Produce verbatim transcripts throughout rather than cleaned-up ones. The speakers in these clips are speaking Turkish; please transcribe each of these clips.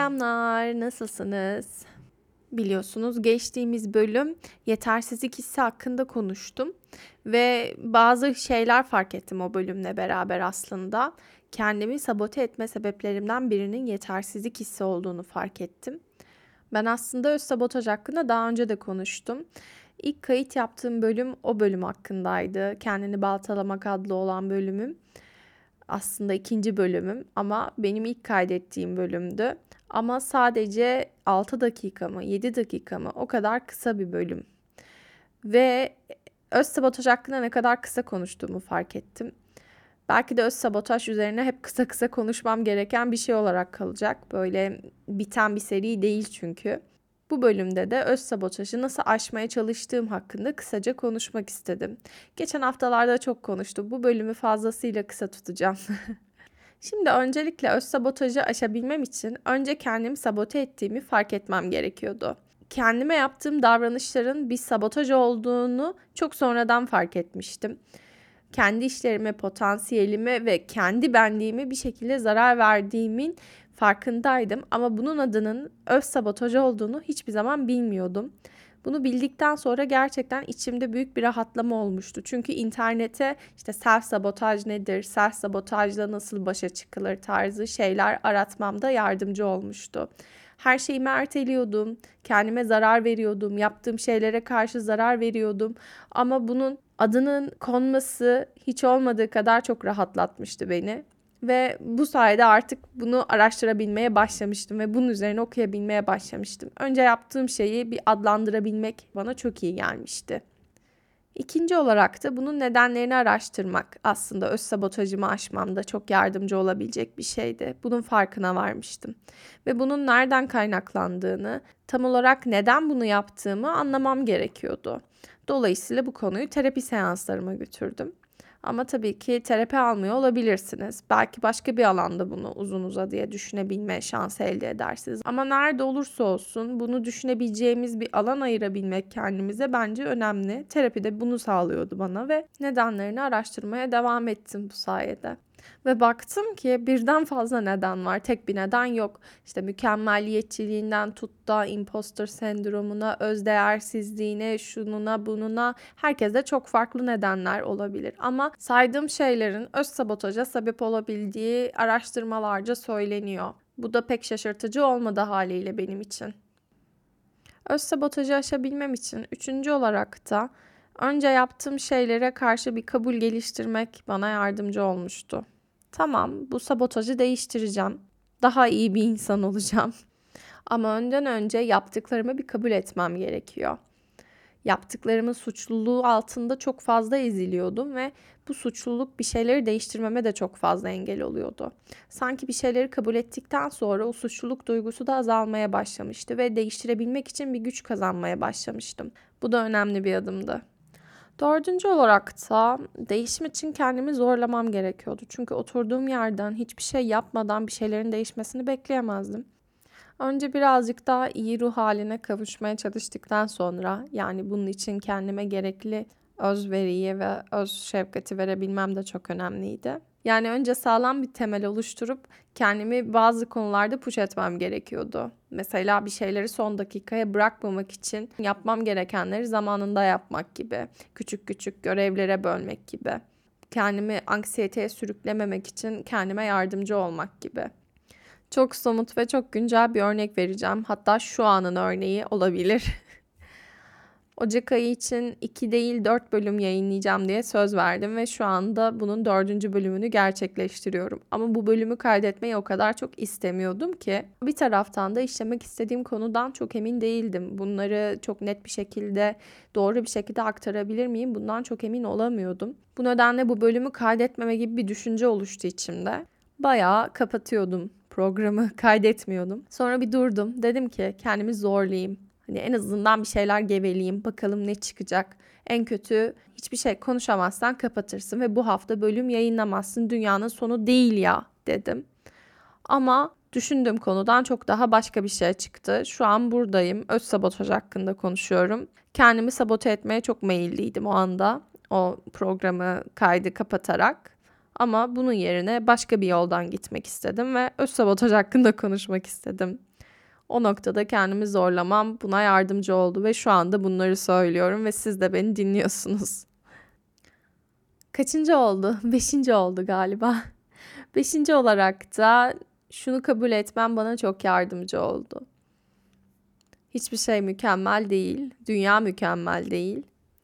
Selamlar, nasılsınız? Biliyorsunuz geçtiğimiz bölüm yetersizlik hissi hakkında konuştum ve bazı şeyler fark ettim o bölümle beraber aslında. Kendimi sabote etme sebeplerimden birinin yetersizlik hissi olduğunu fark ettim. Ben aslında öz sabotaj hakkında daha önce de konuştum. İlk kayıt yaptığım bölüm o bölüm hakkındaydı. Kendini baltalamak adlı olan bölümüm. Aslında ikinci bölümüm ama benim ilk kaydettiğim bölümdü. Ama sadece altı dakika mı, yedi dakika mı o kadar kısa bir bölüm. Ve öz sabotaj hakkında ne kadar kısa konuştuğumu fark ettim. Belki de öz sabotaj üzerine hep kısa kısa konuşmam gereken bir şey olarak kalacak. Böyle biten bir seri değil çünkü. Bu bölümde de öz sabotajı nasıl aşmaya çalıştığım hakkında kısaca konuşmak istedim. Geçen haftalarda çok konuştum. Bu bölümü fazlasıyla kısa tutacağım. Şimdi öncelikle öz sabotajı aşabilmem için önce kendimi sabote ettiğimi fark etmem gerekiyordu. Kendime yaptığım davranışların bir sabotaj olduğunu çok sonradan fark etmiştim. Kendi işlerime, potansiyelime ve kendi benliğime bir şekilde zarar verdiğimin farkındaydım. Ama bunun adının öz sabotaj olduğunu hiçbir zaman bilmiyordum. Bunu bildikten sonra gerçekten içimde büyük bir rahatlama olmuştu. Çünkü internete işte self sabotaj nedir, self sabotajla nasıl başa çıkılır tarzı şeyler aratmamda yardımcı olmuştu. Her şeyimi erteliyordum, kendime zarar veriyordum, yaptığım şeylere karşı zarar veriyordum. Ama bunun adının konması hiç olmadığı kadar çok rahatlatmıştı beni. Ve bu sayede artık bunu araştırabilmeye başlamıştım ve bunun üzerine okuyabilmeye başlamıştım. Önce yaptığım şeyi bir adlandırabilmek bana çok iyi gelmişti. İkinci olarak da bunun nedenlerini araştırmak aslında öz sabotajımı aşmamda çok yardımcı olabilecek bir şeydi. Bunun farkına varmıştım. Ve bunun nereden kaynaklandığını, tam olarak neden bunu yaptığımı anlamam gerekiyordu. Dolayısıyla bu konuyu terapi seanslarıma götürdüm. Ama tabii ki terapi almıyor olabilirsiniz. Belki başka bir alanda bunu uzun uzadıya düşünebilme şansı elde edersiniz. Ama nerede olursa olsun bunu düşünebileceğimiz bir alan ayırabilmek kendimize bence önemli. Terapi de bunu sağlıyordu bana ve nedenlerini araştırmaya devam ettim bu sayede. Ve baktım ki birden fazla neden var. Tek bir neden yok. İşte mükemmelliyetçiliğinden tut da imposter sendromuna, özdeğersizliğine, şununa, bununa herkeste çok farklı nedenler olabilir. Ama saydığım şeylerin öz sabotaja sebep olabildiği araştırmalarca söyleniyor. Bu da pek şaşırtıcı olmadı haliyle benim için. Öz sabotajı aşabilmem için üçüncü olarak da önce yaptığım şeylere karşı bir kabul geliştirmek bana yardımcı olmuştu. Tamam, bu sabotajı değiştireceğim. Daha iyi bir insan olacağım. Ama önden önce yaptıklarımı bir kabul etmem gerekiyor. Yaptıklarımın suçluluğu altında çok fazla eziliyordum ve bu suçluluk bir şeyleri değiştirmeme de çok fazla engel oluyordu. Sanki bir şeyleri kabul ettikten sonra o suçluluk duygusu da azalmaya başlamıştı ve değiştirebilmek için bir güç kazanmaya başlamıştım. Bu da önemli bir adımdı. Dördüncü olarak da değişim için kendimi zorlamam gerekiyordu. Çünkü oturduğum yerden hiçbir şey yapmadan bir şeylerin değişmesini bekleyemezdim. Önce birazcık daha iyi ruh haline kavuşmaya çalıştıktan sonra, yani bunun için kendime gerekli özveriyi ve öz şefkati verebilmem de çok önemliydi. Yani önce sağlam bir temel oluşturup kendimi bazı konularda push etmem gerekiyordu. Mesela bir şeyleri son dakikaya bırakmamak için yapmam gerekenleri zamanında yapmak gibi, küçük küçük görevlere bölmek gibi. Kendimi anksiyeteye sürüklememek için kendime yardımcı olmak gibi. Çok somut ve çok güncel bir örnek vereceğim. Hatta şu anın örneği olabilir. Ocak ayı için iki değil dört bölüm yayınlayacağım diye söz verdim ve şu anda bunun dördüncü bölümünü gerçekleştiriyorum. Ama bu bölümü kaydetmeyi o kadar çok istemiyordum ki bir taraftan da işlemek istediğim konudan çok emin değildim. Bunları çok net bir şekilde, doğru bir şekilde aktarabilir miyim? Bundan çok emin olamıyordum. Bu nedenle bu bölümü kaydetmeme gibi bir düşünce oluştu içimde. Bayağı kapatıyordum programı, kaydetmiyordum. Sonra bir durdum. Dedim ki kendimi zorlayayım. Hani en azından bir şeyler geveleyeyim. Bakalım ne çıkacak. En kötü hiçbir şey konuşamazsan kapatırsın ve bu hafta bölüm yayınlamazsın. Dünyanın sonu değil ya dedim. Ama düşündüğüm konudan çok daha başka bir şey çıktı. Şu an buradayım. Öz sabotaj hakkında konuşuyorum. Kendimi sabote etmeye çok meyilliydim o anda. O programı kaydı kapatarak. Ama bunun yerine başka bir yoldan gitmek istedim ve öz sabotaj hakkında konuşmak istedim. O noktada kendimi zorlamam buna yardımcı oldu ve şu anda bunları söylüyorum ve siz de beni dinliyorsunuz. Kaçıncı oldu? Beşinci oldu galiba. Beşinci olarak da şunu kabul etmem bana çok yardımcı oldu. Hiçbir şey mükemmel değil. Dünya mükemmel değil.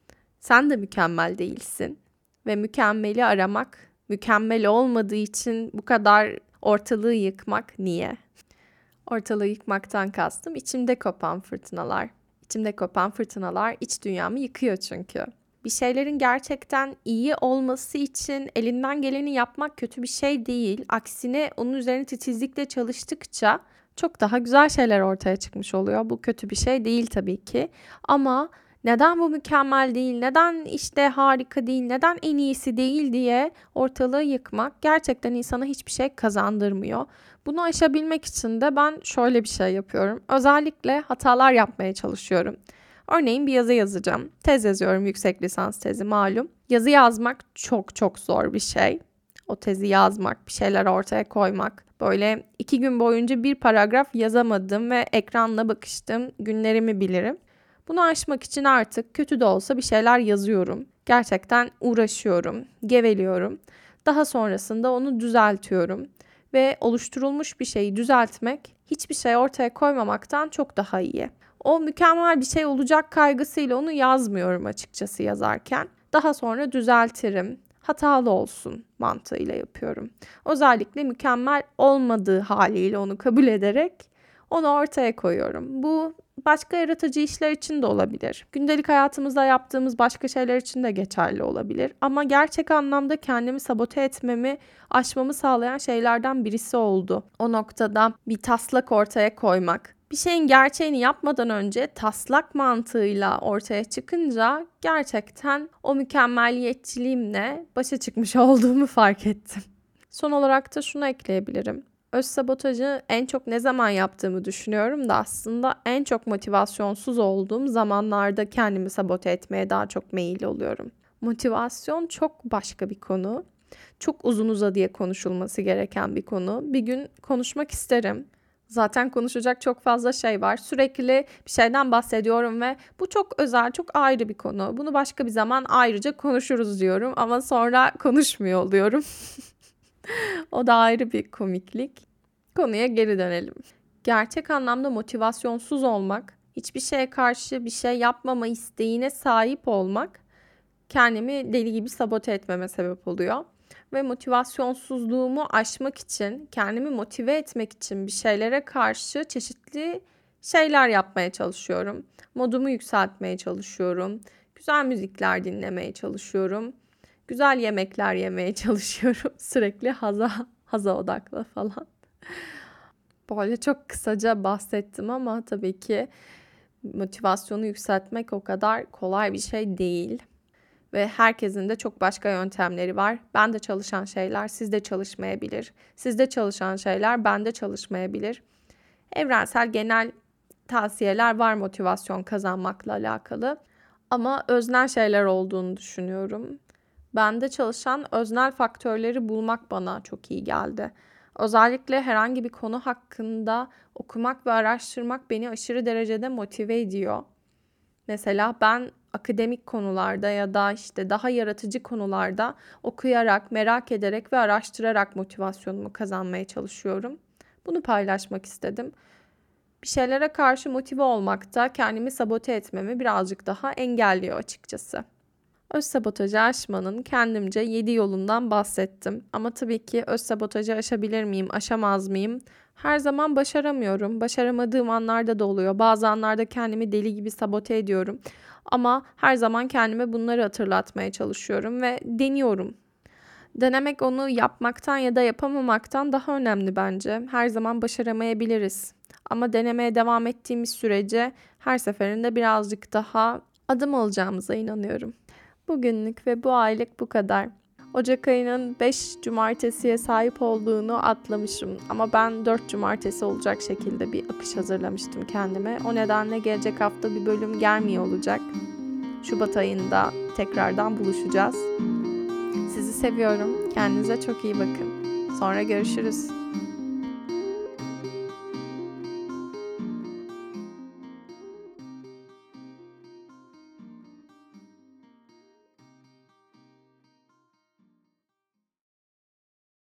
Sen de mükemmel değilsin. Ve mükemmeli aramak, mükemmel olmadığı için bu kadar ortalığı yıkmak niye? Ortalığı yıkmaktan kastım içimde kopan fırtınalar. İçimde kopan fırtınalar iç dünyamı yıkıyor çünkü. Bir şeylerin gerçekten iyi olması için elinden geleni yapmak kötü bir şey değil. Aksine onun üzerine titizlikle çalıştıkça çok daha güzel şeyler ortaya çıkmış oluyor. Bu kötü bir şey değil tabii ki. Ama neden bu mükemmel değil, neden işte harika değil, neden en iyisi değil diye ortalığı yıkmak gerçekten insana hiçbir şey kazandırmıyor. Bunu aşabilmek için de ben şöyle bir şey yapıyorum. Özellikle hatalar yapmaya çalışıyorum. Örneğin bir yazı yazacağım. Tez yazıyorum, yüksek lisans tezi malum. Yazı yazmak çok çok zor bir şey. O tezi yazmak, bir şeyler ortaya koymak. Böyle iki gün boyunca bir paragraf yazamadım ve ekranla bakıştım. Günlerimi bilirim. Bunu aşmak için artık kötü de olsa bir şeyler yazıyorum. Gerçekten uğraşıyorum, geveliyorum. Daha sonrasında onu düzeltiyorum. Ve oluşturulmuş bir şeyi düzeltmek hiçbir şey ortaya koymamaktan çok daha iyi. O mükemmel bir şey olacak kaygısıyla onu yazmıyorum açıkçası yazarken. Daha sonra düzeltirim. Hatalı olsun mantığıyla yapıyorum. Özellikle mükemmel olmadığı haliyle onu kabul ederek onu ortaya koyuyorum. Bu başka yaratıcı işler için de olabilir. Gündelik hayatımızda yaptığımız başka şeyler için de geçerli olabilir. Ama gerçek anlamda kendimi sabote etmemi, aşmamı sağlayan şeylerden birisi oldu. O noktada bir taslak ortaya koymak. Bir şeyin gerçeğini yapmadan önce taslak mantığıyla ortaya çıkınca gerçekten o mükemmeliyetçiliğimle başa çıkmış olduğumu fark ettim. Son olarak da şunu ekleyebilirim. Öz sabotajı en çok ne zaman yaptığımı düşünüyorum da aslında en çok motivasyonsuz olduğum zamanlarda kendimi sabote etmeye daha çok meyilli oluyorum. Motivasyon çok başka bir konu. Çok uzun uzadıya konuşulması gereken bir konu. Bir gün konuşmak isterim. Zaten konuşacak çok fazla şey var. Sürekli bir şeyden bahsediyorum ve bu çok özel, çok ayrı bir konu. Bunu başka bir zaman ayrıca konuşuruz diyorum ama sonra konuşmuyor oluyorum. O da ayrı bir komiklik. Konuya geri dönelim. Gerçek anlamda motivasyonsuz olmak, hiçbir şeye karşı bir şey yapmama isteğine sahip olmak kendimi deli gibi sabote etmeme sebep oluyor. Ve motivasyonsuzluğumu aşmak için, kendimi motive etmek için bir şeylere karşı çeşitli şeyler yapmaya çalışıyorum. Modumu yükseltmeye çalışıyorum. Güzel müzikler dinlemeye çalışıyorum. Güzel yemekler yemeye çalışıyorum. Sürekli haza, haza odaklı falan. Böyle çok kısaca bahsettim ama tabii ki motivasyonu yükseltmek o kadar kolay bir şey değil. Ve herkesin de çok başka yöntemleri var. Bende çalışan şeyler sizde çalışmayabilir. Sizde çalışan şeyler bende çalışmayabilir. Evrensel genel tavsiyeler var motivasyon kazanmakla alakalı. Ama öznel şeyler olduğunu düşünüyorum. Bende çalışan öznel faktörleri bulmak bana çok iyi geldi. Özellikle herhangi bir konu hakkında okumak ve araştırmak beni aşırı derecede motive ediyor. Mesela ben akademik konularda ya da işte daha yaratıcı konularda okuyarak, merak ederek ve araştırarak motivasyonumu kazanmaya çalışıyorum. Bunu paylaşmak istedim. Bir şeylere karşı motive olmak da kendimi sabote etmemi birazcık daha engelliyor açıkçası. Öz sabotajı aşmanın kendimce yedi yolundan bahsettim. Ama tabii ki öz sabotajı aşabilir miyim, aşamaz mıyım? Her zaman başaramıyorum. Başaramadığım anlarda da oluyor. Bazı anlarda kendimi deli gibi sabote ediyorum. Ama her zaman kendime bunları hatırlatmaya çalışıyorum ve deniyorum. Denemek onu yapmaktan ya da yapamamaktan daha önemli bence. Her zaman başaramayabiliriz. Ama denemeye devam ettiğimiz sürece her seferinde birazcık daha adım alacağımıza inanıyorum. Bugünlük ve bu aylık bu kadar. Ocak ayının beş cumartesiye sahip olduğunu atlamışım. Ama ben dört cumartesi olacak şekilde bir akış hazırlamıştım kendime. O nedenle gelecek hafta bir bölüm gelmiyor olacak. Şubat ayında tekrardan buluşacağız. Sizi seviyorum. Kendinize çok iyi bakın. Sonra görüşürüz.